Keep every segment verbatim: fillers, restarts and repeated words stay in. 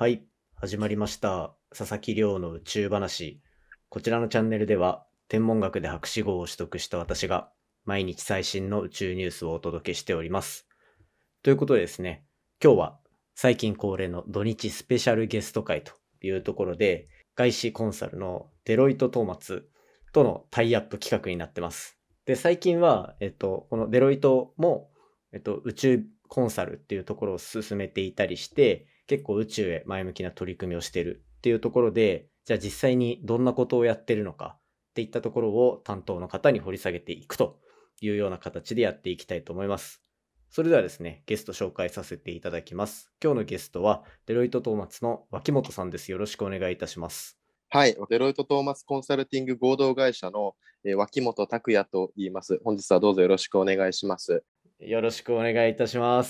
はい、始まりました。佐々木亮の宇宙話。こちらのチャンネルでは、天文学で博士号を取得した私が、毎日最新の宇宙ニュースをお届けしております。ということでですね、今日は最近恒例の土日スペシャルゲスト会というところで、外資コンサルのデロイト・トーマツとのタイアップ企画になってます。で、最近は、えっと、このデロイトも、えっと、宇宙コンサルっていうところを進めていたりして、結構宇宙へ前向きな取り組みをしているっていうところで、じゃあ実際にどんなことをやってるのかっていったところを担当の方に掘り下げていくというような形でやっていきたいと思います。それではですね、ゲスト紹介させていただきます。今日のゲストは、デロイトトーマツの脇本さんです。よろしくお願いいたします。 はい、デロイト・トーマスコンサルティング合同会社の、えー脇本拓也と言います。本日はどうぞよろしくお願いします。 よろしくお願いいたします。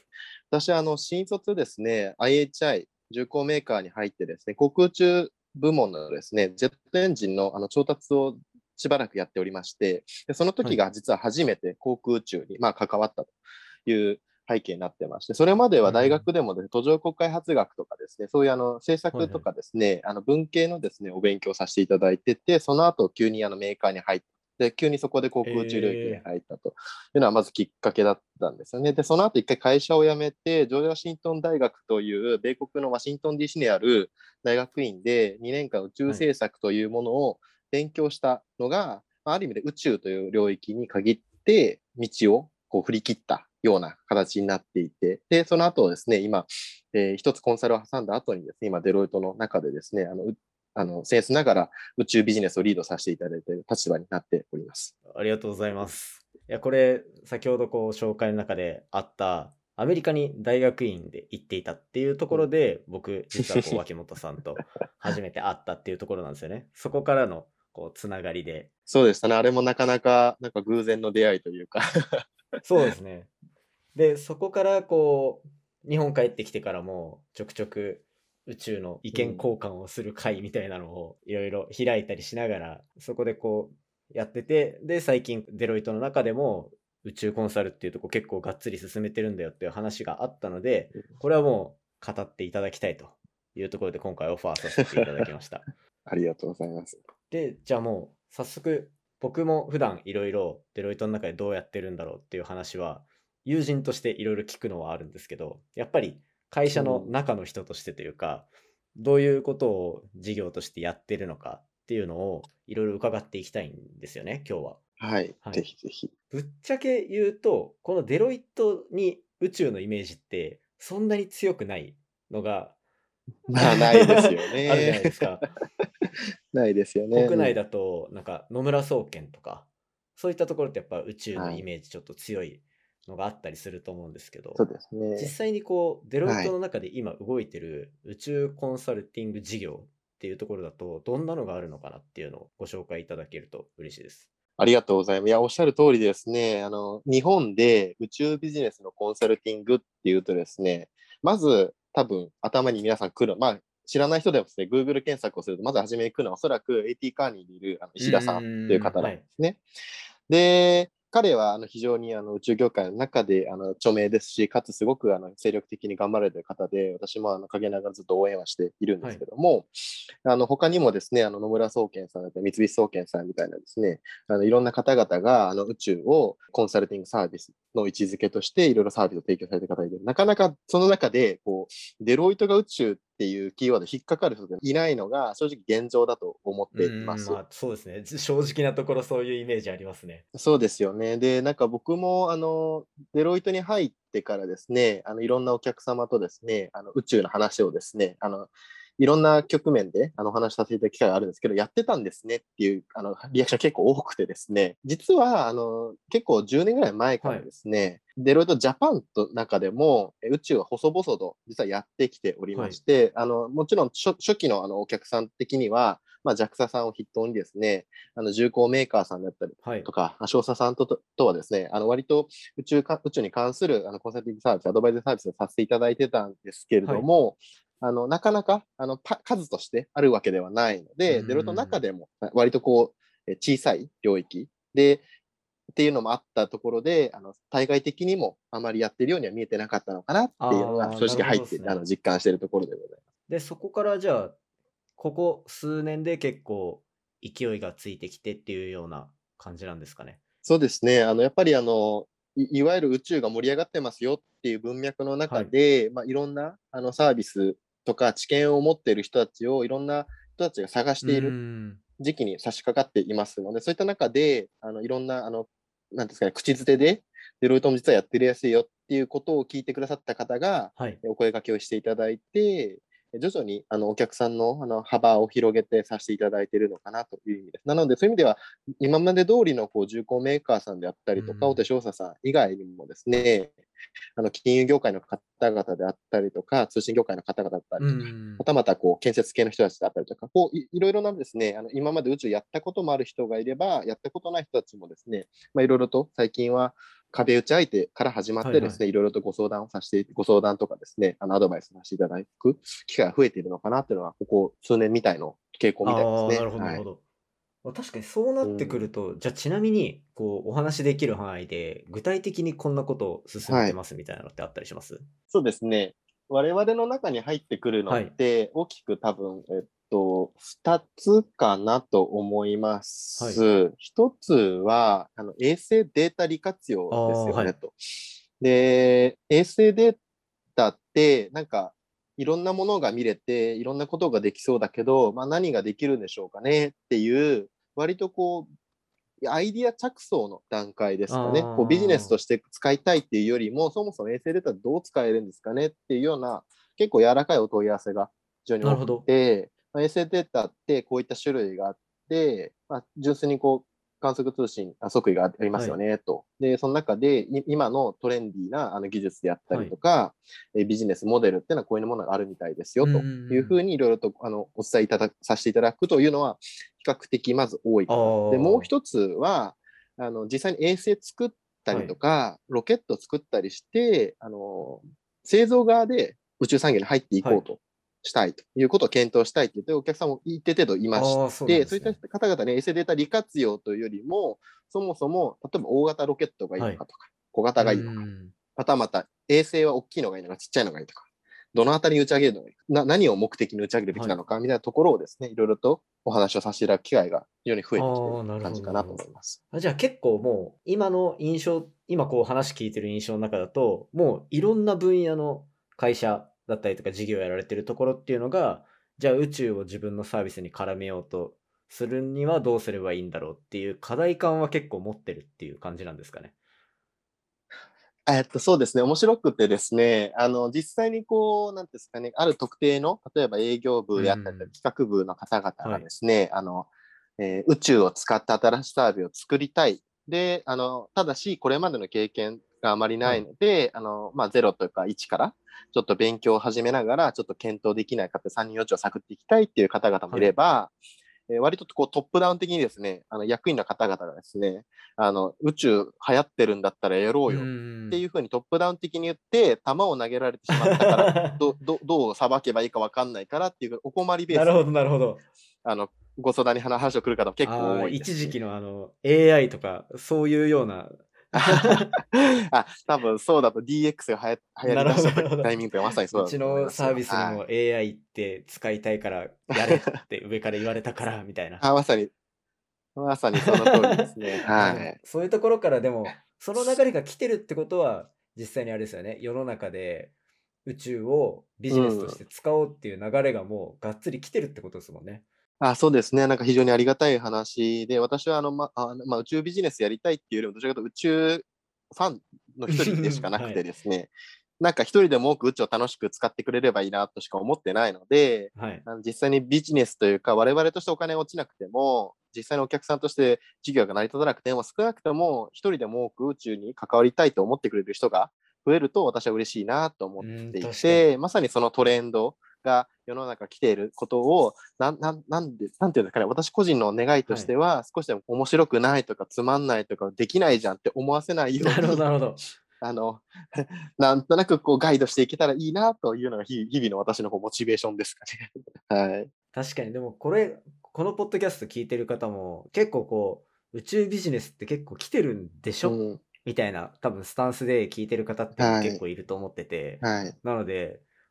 私はあの新卒ですね、アイエイチアイ 重工メーカーに入ってですね、航空宇宙部門のですね、ジェットエンジンのあの調達をしばらくやっておりまして、でそのはい。 時が実は初めて航空宇宙に、まあ、関わったという背景になってまして、それまでは大うん。 学でもですね、途上国開発学とかですね、そういうあの政はいはい。 策とかですね、あの文系のですね、お勉強させていただいてて、その後急にあのメーカーに入って、急にそこで航空宇宙領域にえ入ったというのはまずきっかけだったんですよね。で、その後一回会社を辞めて、ジョージ・ワシントン大学という米国のワシントン ディーシー にある大学院でにねんかん宇宙ー、はい。 政策というものを勉強したのが、ある意味で宇宙という領域に限って道をこう振り切ったような形になっていて、で、その後ですね、今、えー一つコンサルを挟んだ後にですね、今、デロイトの中でですね、あの、あの、僭越ながら宇宙ビジネスをリードさせていただいている立場になっております。 ありがとうございます。いや、これ、先ほどこう紹介の中であった、アメリカに大学院で行っていたっていうところで、僕、実はこう、脇本さんと初めて会ったっていうところなんですよね。そこからの、こう、つながりで。 そうでしたね。あれもなかなか、なんか偶然の出会いというか。 そうですね。で、そこからこう、日本帰ってきてからも、ちょくちょく宇宙の意見うん。 交換をする会みたいなのをいろいろ開いたりしながら、そこでこうやってて、で、最近デロイトの中でも宇宙コンサルっていうとこ結構がっつり進めてるんだよっていう話があったので、これはもう語っていただきたいというところで今回オファーさせていただきました。 ありがとうございます。 で、じゃあもう早速、僕も普段いろいろデロイトの中でどうやってるんだろうっていう話は、友人としていろいろ聞くのはあるんですけど、やっぱり会社のうん。 中の人としてというか、どういうことを事業としてやってるのかっていうのをいろいろ伺っていきたいんですよね、今日は。 はい。ぜはい。 ひぜひ。 ぶっちゃけ言うと、このデロイトに宇宙のイメージってそんなに強くないのがまあ、ないですよあるじゃね。 ないですか。 ないですよね。 国内うん。 だと、なんか野村総研とか、そういったところってやっぱ宇宙のはい。 イメージちょっと強いのがあったりすると思うんですけど、 そうですね。 実際にこう、デロイはい。 トの中で今動いてる宇宙コンサルティング事業っていうところだと、どんなのがあるのかなっていうのをご紹介いただけると嬉しいです。 ありがとうございます。いや、おっしゃる通りですね。あの、日本で宇宙ビジネスのコンサルティングっていうとですね、まず多分頭に皆さん来る、まあ、知らない人でもですね、Google 検索をすると、まず初めに来るのはおそらく エーティー カーニーにいるあのうん石田さんといううんうん、 方なはい。 んですね。で、彼はあの非常にあの宇宙業界の中であの著名ですし、かつすごくあの精力的に頑張られている方で、私もあの陰ながらずっと応援はしているんですはい。 けども、あの他にもですね、あの野村総研さんだったり、三菱総研さんみたいなですね、あのいろんな方々があの宇宙をコンサルティングサービスの位置づけとしていろいろサービスを提供されている方がいる。なかなかその中でこうデロイトが宇宙っていうキーワード引っかかる人がいないのが正直現状だと思っうていまん、ます。 あそうですね。正直なところそういうイメージありますね。 そうですよね。で、なんか僕も、あの、デロイトに入ってからですね、あの、いろんなお客様とですね、あの、宇宙の話をですね、あの、いろんな局面で、あの、お話しさせていただく機会があるんですけど、やってたんですねっていう、あの、リアクション結構多くてですね、実は、あの、結構じゅうねんぐらい前からはい。 ですね、デロイトジャパンと中でも、え宇宙は細々と実はやってきておりはい。 まして、あの、もちろん初初期のあのお客さん的には、まあ、ジャクサさんを筆頭にですね、あの重工メーカーさんだったりはい。 とか、少佐さんととはですね、あの割と宇宙か宇宙に関するあのコンサルティングサービス、アドバイザーサービスをさせていただいてたんですけれはい。 ども、あのなかなかあの数としてあるわけではないのうで、デロイトの中ん。 でも割とこう小さい領域で、っていうのもあったところで、あの対外的にもあまりやってるようには見えてなかったのかなっていうのがああ、 正なるほ直入ってどですね。 あの実感しているところでございます。 で、そこからじゃあ、ここ数年で結構勢いがついてきてっていうような感じなんですかね。 そうですね。あの、やっぱりあの、いいわゆる宇宙が盛り上がってますよっていう文脈のはい。 中で、まあ、いろんなあのサービスとか知見を持っている人たちをいろんな人たちが探しうーているん。 時期に差し掛かっていますので、そういった中で、あのいろんな、あの、なんですかね、口づてで、デロイトも実はやってるやすいよっていうことを聞いてくださった方が、 はい。 お声掛けをしていただいて、徐々にあのお客さんのあの幅を広げてさせていただいているのかなという意味です。なので、そういう意味では、今まで通りのこう重工メーカーさんであったりとか、大うーん。 手商社さん以外にもですね、あの金融業界の方々であったりとか、通信業界の方々だったうーりとか、 ん。 はたまたこう建設系の人たちだったりとか、こういいろいろなですね、あの今まで宇宙やったこともある人がいれば、やったことない人たちもですね、まあ、いろいろと最近は壁打ち相手から始まっはいはい。 てですね、いろいろとご相談をさせて、ご相談とかですね、あのアドバイスさせていただく機会が増えているのかなっていうのは、ここ数年みたいの傾向みたいですああ、なね。 るほどなはい。 るほど。ま、確かにそうなってくうん。 ると、じゃ、ちなみに、こう、お話しできる範囲で、具体的にこんなことを進めはい。 てますみたいなのってあったりします？ そうですね。我々の中に入ってくるのっはい。 て、大きく多分、えっと、ふたつかなと思いまはい。 す。ひとつは、あの、衛星データ利活ああ、 用ですよはい。 ねと。で、衛星データって、なんか、いろんなものが見れて、いろんなことができそうだけど、まあ、何ができるんでしょうかねっていう、割とこうアイディア着想の段階ですかね。こうビジネスああ、 として使いたいっていうよりも、そもそも衛星データどう使えるんですかねっていうような、結構柔らかいお問い合わせが非常に多くなるほど。 て、まあ、衛星データってこういった種類があって、まあ、純粋にこう観測通信、あ測位がありますよはい。 ねと。で、その中でい今のトレンディーなあの技術であったはい。 りとか、えビジネスモデルっていうのはこういうものがあるみたいですようんうんというふうん。 うにいろいろとあのお伝えいたださせていただくというのは比較的まず多いあかなと。で、もうあ、 一つは、あの、実際に衛星作ったりとはい。 か、ロケット作ったりして、あの、製造側で宇宙産業に入っていはい。 こうとしたいということを検討したいって言って、お客さんも一定程度いましああ、そうなんて、そういったですね。 方々ね、衛星データ利活用というよりも、そもそも、例えば大型ロケットがいいはい。 のかとか、小う型がいいのか、 ーん。 またまた衛星は大きいのがいいのか、ちっちゃいのがいいとか、どのあたりに打ち上げるのがいいか、な何を目的に打ち上げるべきはい。 なのか、みたいなところをですね、いろいろとお話をさせていただく機会が非常に増えてきていああ、 るなるほ感じかなとどなるほど。 思います。 あ、じゃあ結構もう、今の印象今こう話聞いてる印象の中だと、もういろんな分野の会社だったりとか事業をやられてるところっていうのが、じゃあ宇宙を自分のサービスに絡めようとするにはどうすればいいんだろうっていう課題感は結構持ってるっていう感じなんですかね？ えっと、そうですね。面白くてですね、あの、実際にこう、なんていうんですかね、ある特定の、例えば営業う部であったりとか、 ん。 企画部の方々がはい。 ですね、あの、えー宇宙を使った新しいサービスを作りたい。で、あの、ただし、これまでの経験があまりなはい。 いので、あの、まあ、ゼロというかいちから、ちょっと勉強を始めながら、ちょっと検討できないかってさんにんよちを探っていきたいっていう方々もいはい。 れば、えー割とこうトップダウン的にですね、あの役員の方々がですね、あの宇宙流行ってるんだったらやろううよっていーん。 うふうにトップダウン的に言って、球を投げられてしまったから、どどどうさばけばいいか分かんないからっていうお困りベースで、 なるほどなるほど。 あのご相談に話を来る方も結構ああ、 多いですね。 一時期のあの エーアイ とか、そういうようなあ、多分そうだと ディーエックス がはや流行なるほり出したどなるほど。 タイミングがまさにそうだとうちの思いますよ。 サービスにもはい。 エーアイ って使いたいからやれって上から言われたからみたいな。 あ、まさに、まさにその通りですね。 あ、でも、 はい。 そういうところからでも、その流れが来てるってことは、実際にあれですよね、世の中で宇宙をビうジネスとしん。 て使おうっていう流れがもうがっつり来てるってことですもんね。 あ、そうですね。なんか非常にありがたい話で、私はあの、ま、あの、まあ、宇宙ビジネスやりたいっていうよりも、どちらかというと宇宙ファンの一人でしかなくてはい。 ですね、なんか一人でも多く宇宙を楽しく使ってくれればいいなとしか思ってないので、 はい。 あの実際にビジネスというか、我々としてお金が落ちなくても、実際のお客さんとして事業が成り立たなくても、少なくとも一人でも多く宇宙に関わりたいと思ってくれる人が増えると私は嬉しいなと思っうーん、 てい確かに。 て、まさにそのトレンドが世の中来ていることを、なん、なん、なんで、なんていうんですかね、私個人の願いとはい。 しては、少しでも面白くないとかつまんないとかできないじゃんって思わせないようなるほどに、 なるほど。 あの、なんとなくこうガイドしていけたらいいなというのが日日々の私のこうモチベーションですかね。はい。 確かにでもこれ、このポッドキャスト聞いてる方も、結構こう、宇宙ビジネスって結構来てるんでしうょ？ ん。 みたいな、多分スタンスで聞いてる方っていうのもはい。 結構いると思ってて、 はい。 なので、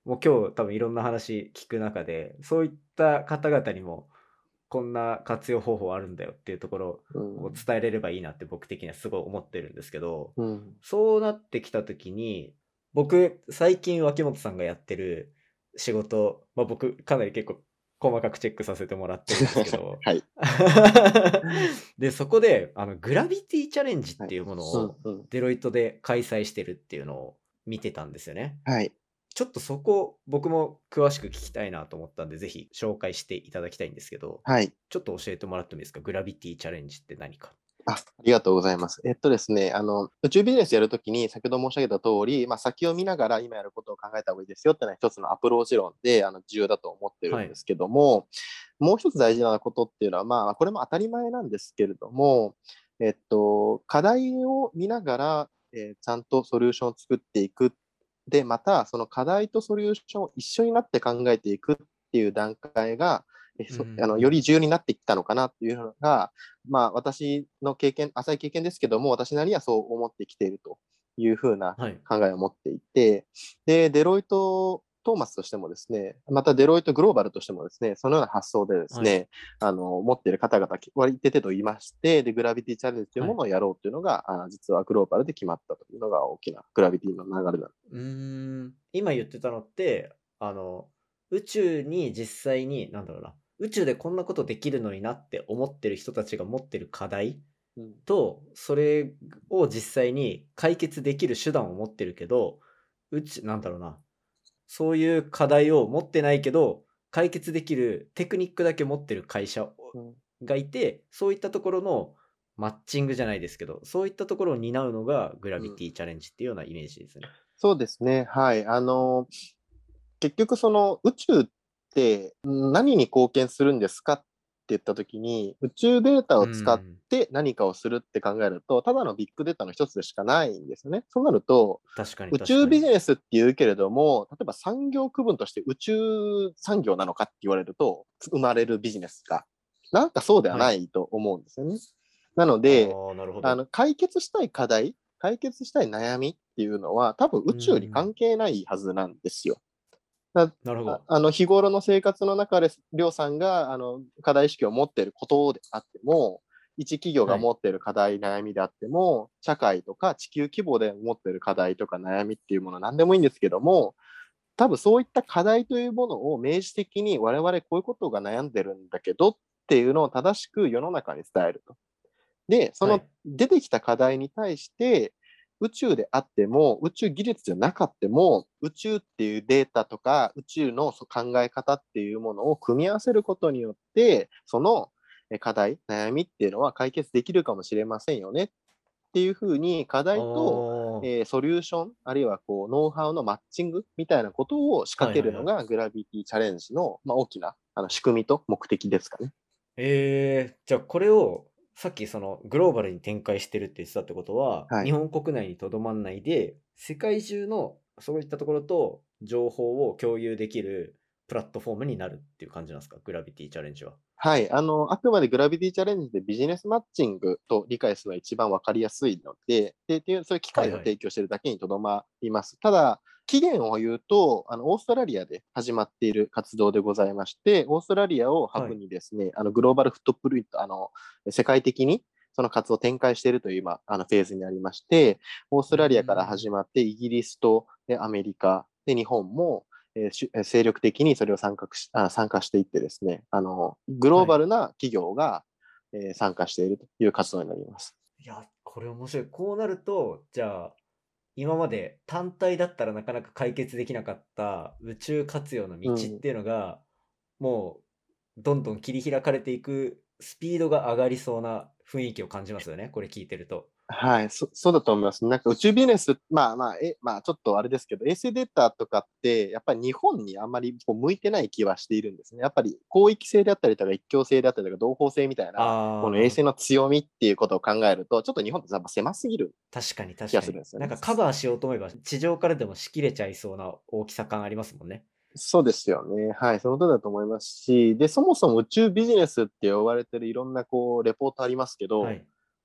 もう今日多分いろんな話聞く中で、そういった方々にもこんな活用方法あるんだよっていうところうをん。 伝えれればいいなって僕的にはすごい思ってるんですけど、 うん。 そうなってきた時に、僕最近脇本さんがやってる仕事、まあ、僕かなり結構細かくチェックさせてもらってるんですけど、 はい。 で、そこであのグラビティチャレンジっはい。 ていうものうんをうん。 デロイトで開催してるっていうのを見てたんですよね。 はい。 ちょっとそこ、僕も詳しく聞きたいなと思ったんで、ぜひ紹介していただきたいんですけど、 はい。 ちょっと教えてもらってもいいですか？グラビティチャレンジって何か。 あ、ありがとうございます。えっとですね、あの、宇宙ビジネスやるときに、先ほど申し上げた通り、まあ、先を見ながら今やることを考えた方がいいですよっていうのは一つのアプローチ論で、あの、重要だと思ってるはい。 んですけども、もう一つ大事なことっていうのは、まあ、これも当たり前なんですけれども、えっと、課題を見ながら、えーちゃんとソリューションを作っていく。で、また、その課題とソリューションを一緒になって考えていくっていう段階が、えうそあのよん。 り重要になってきたのかなっていうのが、まあ、私の経験、浅い経験ですけども、私なりにはそう思ってきているというふうなはい。 考えを持っていて、で、デロイト、トーマスとしてもですね、またデロイトグローバルとしてもですね、そのような発想でですはい。 ね、あの、持っている方々、割り手と言いまして、で、グラビティチャレンジというはい。 ものをやろうというのが、あ実はグローバルで決まったというのが大きなグラビティの流れだ。 うーん。今言ってたのって、あの、宇宙に実際に、なんだろうな、宇宙でこんなことできるのになって思ってる人たちが持ってる課題うん。 と、それを実際に解決できる手段を持ってるけど、宇宙、なんだろうな、そういう課題を持ってないけど、解決できるテクニックだけ持ってる会社うん。 がいて、そういったところのマッチングじゃないですけど、そういったところを担うのがグラうん。 ビティチャレンジっていうようなイメージですね。 そうですね。はい。あの、結局その宇宙って何に貢献するんですかって言ったときに、宇宙データうを使っん。 て何かをするって考えると、ただのビッグデータの一つでしかないんですよね。そうなると、 確かに宇宙確かに。 ビジネスって言うけれども、例えば産業区分として宇宙産業なのかって言われると、生まれるビジネスが、なんかそうでははい。 ないと思うんですよね。なので、 ああ、なるほど。 あの、解決したい課題、解決したい悩みっていうのは、多分う宇宙にん。 関係ないはずなんですよ。だあなるほど。 あの日頃の生活の中で、りょうさんがあの課題意識を持っていることであっても、一企業がはい。 持っている課題、悩みであっても、社会とか地球規模で持っている課題とか悩みっていうもの何でもいいんですけども、多分そういった課題というものを明示的に我々こういうことが悩んでるんだけどっていうのを正しく世の中に伝えると。で、そのはい。 出てきた課題に対して、宇宙であっても、宇宙技術じゃなかっても、宇宙っていうデータとか、宇宙の考え方っていうものを組み合わせることによって、その課題、悩みっていうのは解決できるかもしれませんよねっていうふうに、課あ題と、 あ。 えーソリューション、あるいはこうノウハウのマッチングみたいなことを仕掛けるのはいはいはい。 がグラビティチャレンジの、まあ、大きなあの仕組みと目的ですかね。 ええ、じゃあこれを、さっきそのグローバルに展開してるって言ってたってことは、 はい。 日本国内にとどまんないで、世界中のそういったところと情報を共有できるプラットフォームになるっていう感じなんですか？グラビティチャレンジは。 はい。あの、あくまでグラビティチャレンジでビジネスマッチングと理解するのが一番わかりやすいので、で、っていう、そういう機会をはいはい。 提供しているだけにとどまります。ただ、期限を言うと、あの、オーストラリアで始まっている活動でございまして、オーストラリアをハブはい。 にですね、あの、グローバルフットプリント、あの、世界的にその活動を展開しているという今、あの、フェーズにありまして、オースうートラリアから始ん。 まって、イギリスとでアメリカ、で、日本も、えーしゅ精力的にそれを参加しあ参加していってですね、あの、グロはい。 ーバルな企業が、えー参加しているという活動になります。 いや、これ面白い。こうなると、じゃあ、今まで単体だったらなかなか解決できなかった宇宙活用の道うん。 っていうのが、もうどんどん切り開かれていくスピードが上がりそうな雰囲気を感じますよね、これ聞いてると。 はい、そそうだと思います。なんか宇宙ビジネス、まあまあ、え、まあちょっとあれですけど、衛星データとかって、やっぱり日本にあんまりこう向いてない気はしているんですね。やっぱり広域性であったりとか、一強性であったりとか、同胞性みたいな、この衛ああ、 星の強みっていうことを考えると、ちょっと日本ってやっぱ狭すぎる確かに気が確かに。 するんですよね。 なんかカバーしようと思えば地上からでも仕切れちゃいそうな大きさ感ありますもんね。 そうですよね。はい、その通りだと思いますし、で、そもそも宇宙ビジネスって呼ばれてるいろんなこう、レポートありますけど、 はい。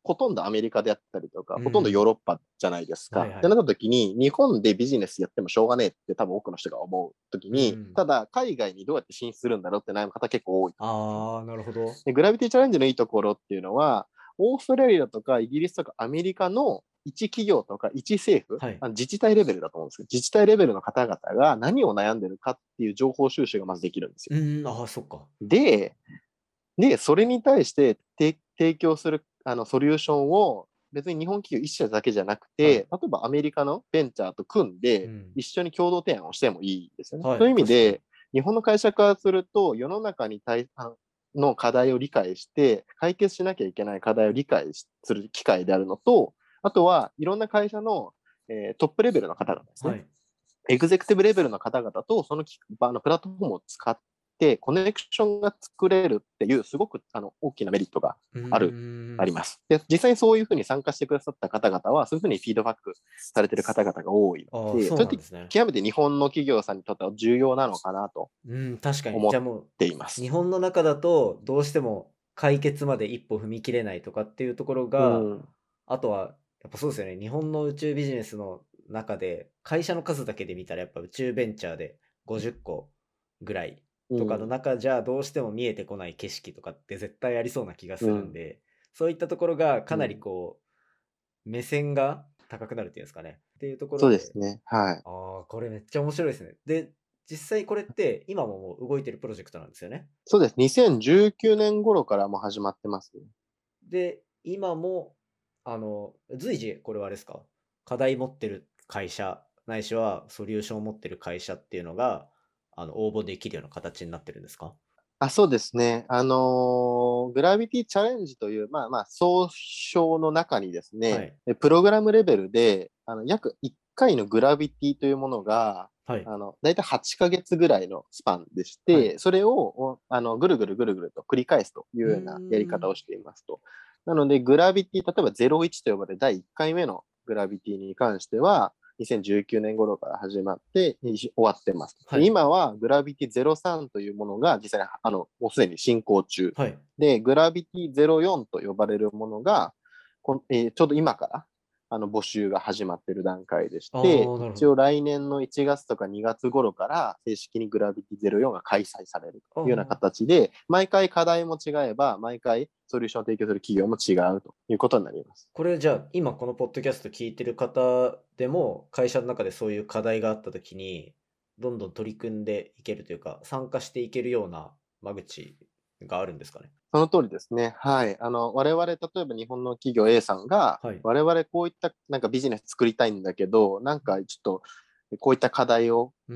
ほとんどアメリカであったりとか、 うんほとんどヨーロッパじゃないですか。 はいはいってなった時に、日本でビジネスやってもしょうがねえって多分多くの人が思う時に、 うんただ海外にどうやって進出するんだろうって悩む方結構多い。 ああ、なるほど。 でグラビティチャレンジのいいところっていうのは、オーストラリアとかイギリスとかアメリカの一企業とか一政府、 はい。 あの自治体レベルだと思うんですけど、自治体レベルの方々が何を悩んでるかっていう情報収集がまずできるんですよ。 うん、ああ、そっか。 で、で、それに対して提提供するあのソリューションを別に日本企業一社だけじゃなくて、 はい。 例えばアメリカのベンチャーと組んうでん。 一緒に共同提案をしてもいいですよね。 はい、 そういう意味確かに。 で、日本の会社からすると世の中に対あの課題を理解して、解決しなきゃいけない課題を理解する機会であるのと、あとはいろんな会社の、えートップレベルの方々ですね。 はい。 エグゼクティブレベルの方々とそのきあのプラットフォームを使ってコネクションが作れるっていうすごくあの大きなメリットがうある、 ーん。 あります。で、実際にそういうふうに参加してくださった方々は、そういうふうにフィードバックされてる方々が多いのああ、 で、 そそれってうなんですね。 極めて日本の企業さんにとっては重要なのかなとうん、確かに。 思っじゃあもう、 ています。 日本の中だとどうしても解決まで一歩踏み切れないとかっていうところうが、 ん。 あとは、やっぱそうですよね。日本の宇宙ビジネスの中で、会社の数だけで見たらやっぱ宇宙ベンチャーでごじゅっこぐらいとかのうん。 中じゃどうしても見えてこない景色とかって絶対ありそうな気がすうん。 るんで、そういったところがかなりうん。 こう、目線が高くなるっていうんですかね。っていうところそうでで、 すね。はい。 ああ、これめっちゃ面白いですね。で、実際これって今ももう動いてるプロジェクトなんですよね。 そうです。にせんじゅうきゅうねん頃からもう始まってますね。 で、今も、あの、随時これはあれですか、課題持ってる会社、ないしはソリューションを持ってる会社っていうのが、あの、応募できるような形になってるんですか？ あ、そうですね。あのーグラビティチャレンジという、まあまあ、総称の中にですね、 はい。 えプログラムレベルで、あの、約いっかいのグラビティというものが、 はい。 あの、だいたいはちかげつぐらいのスパンでしはい。 て、それを、おあの、ぐるぐるぐるぐると繰り返すといううーようなやり方ん。 をしていますと。なので、グラビティ、例えばゼロイチと呼ばれるだいいっかいめのグラビティに関しては、にせんじゅうきゅうねん頃から始まって終わってます。 はい。 で今はグラビティゼロさんというものが実際にあのもうすでに進行中。 はい。 で、グラビティゼロよんと呼ばれるものが、こえーちょうど今からあの募集が始まっている段階でしあて、 あ、なるほど。 一応来年のいちがつとかにがつ頃から正式にグラビティゼロよんが開催されるあというようなあ。 形で、毎回課題も違えば、毎回ソリューションを提供する企業も違うということになります。 これじゃあ、今このポッドキャスト聞いてる方でも、会社の中でそういう課題があったときに、どんどん取り組んでいけるというか、参加していけるような間口があるんですかね。 その通りですね。はい。あの、我々、例えば日本の企業 A さんが、 はい。 我々こういったなんかビジネス作りたいんだけど、なんかちょっと、こういった課題を、 うん。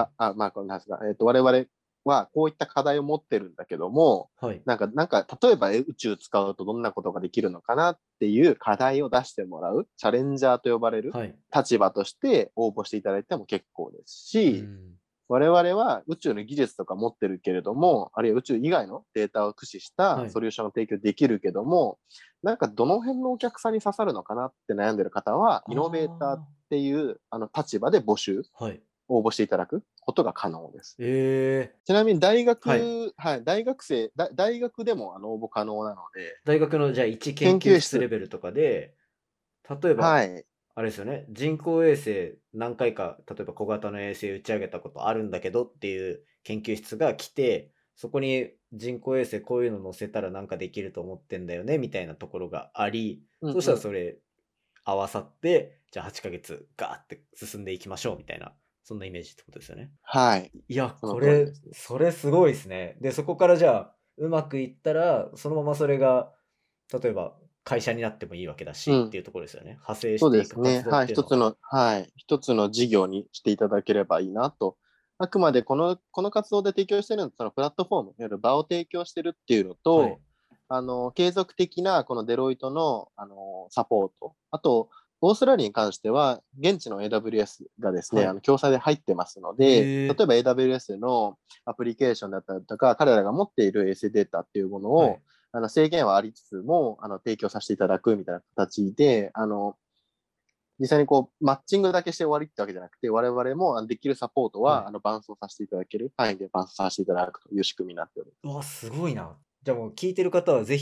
が、あ、まあ、こんなんですが、えっと、我々はこういった課題を持ってるんだけども、 はい。 なんか、なんか、例えばえ宇宙使うとどんなことができるのかなっていう課題を出してもらう、チャレンジャーと呼ばれるはい。 立場として応募していただいても結構ですうし、 ん。 我々は宇宙の技術とか持ってるけれども、あるいは宇宙以外のデータを駆使したはい。 ソリューションを提供できるけども、なんかどの辺のお客さんに刺さるのかなって悩んでる方は、イノベーターっあていうあの立場で募集、 あ。はい。 応募していただくことが可能です。 ええちなみに大はい。 学、はい、大学生、だ大学でもあの応募可能なので、 大学のじゃあ一研究研究室、 室レベルとかで、例えば、 はい、 あれですよね、人工衛星何回か、例えば小型の衛星打ち上げたことあるんだけどっていう研究室が来て、そこに人工衛星こういうの載せたらなんかできると思ってんだよねみたいなところがあり、そしたうんうん、 らそれ合わさって、じゃあはちかげつガーって進んでいきましょうみたいな、そんなイメージってことですよね。 はい、 いや、 そのこれ、 通りですね。 それすごいですね。で、そこからじゃあ、うまくいったら、そのままそれが、例えば会社になってもいいわけだうん。 しっていうところですよね。派生しそうていく活ですね。はい。 動っていうのは。 一つの、はい。一つの事業にしていただければいいなと。あくまでこの、この活動で提供しているのは、そのプラットフォーム、いわゆる場を提供しているっていうのはい。 と、あの、継続的なこのデロイトの、あの、サポート。あと、オーストラリアに関しては、現地の エーダブリューエス がですね、あはい。 の、共催で入ってますので、 へえ。 例えば エーダブリューエス のアプリケーションだったりとか、彼らが持っている衛星データっていうものを、 はい。 あの制限はありつつも、あの提供させていただくみたいな形で、あの実際にこう、マッチングだけして終わりってわけじゃなくて、我々もできるサポートは、 はい。 あの、伴走させていただける範囲で伴走させていただくという仕組みになっております。 うわ、すごいな。じゃあもう聞いてる方はぜひ、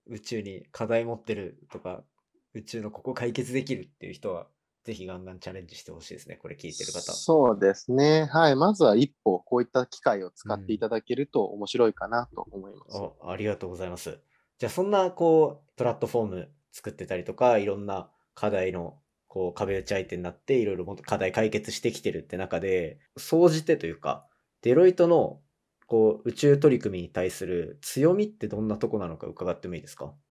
宇宙に課題持ってるとか、宇宙のここ解決できるっていう人は、ぜひガンガンチャレンジしてほしいですね。これ聞いてる方。 そうですね。はい。まずは一歩、こういった機会を使っていうん。 ただけると面白いかなと思います。 あ、ありがとうございます。じゃあそんなこうプラットフォーム作ってたりとか、いろんな課題のこう壁打ち相手になっていろいろもっと課題解決してきてるって中で、総じてというか、デロイトのこう宇宙取り組みに対する強みってどんなとこなのか伺ってもいいですか？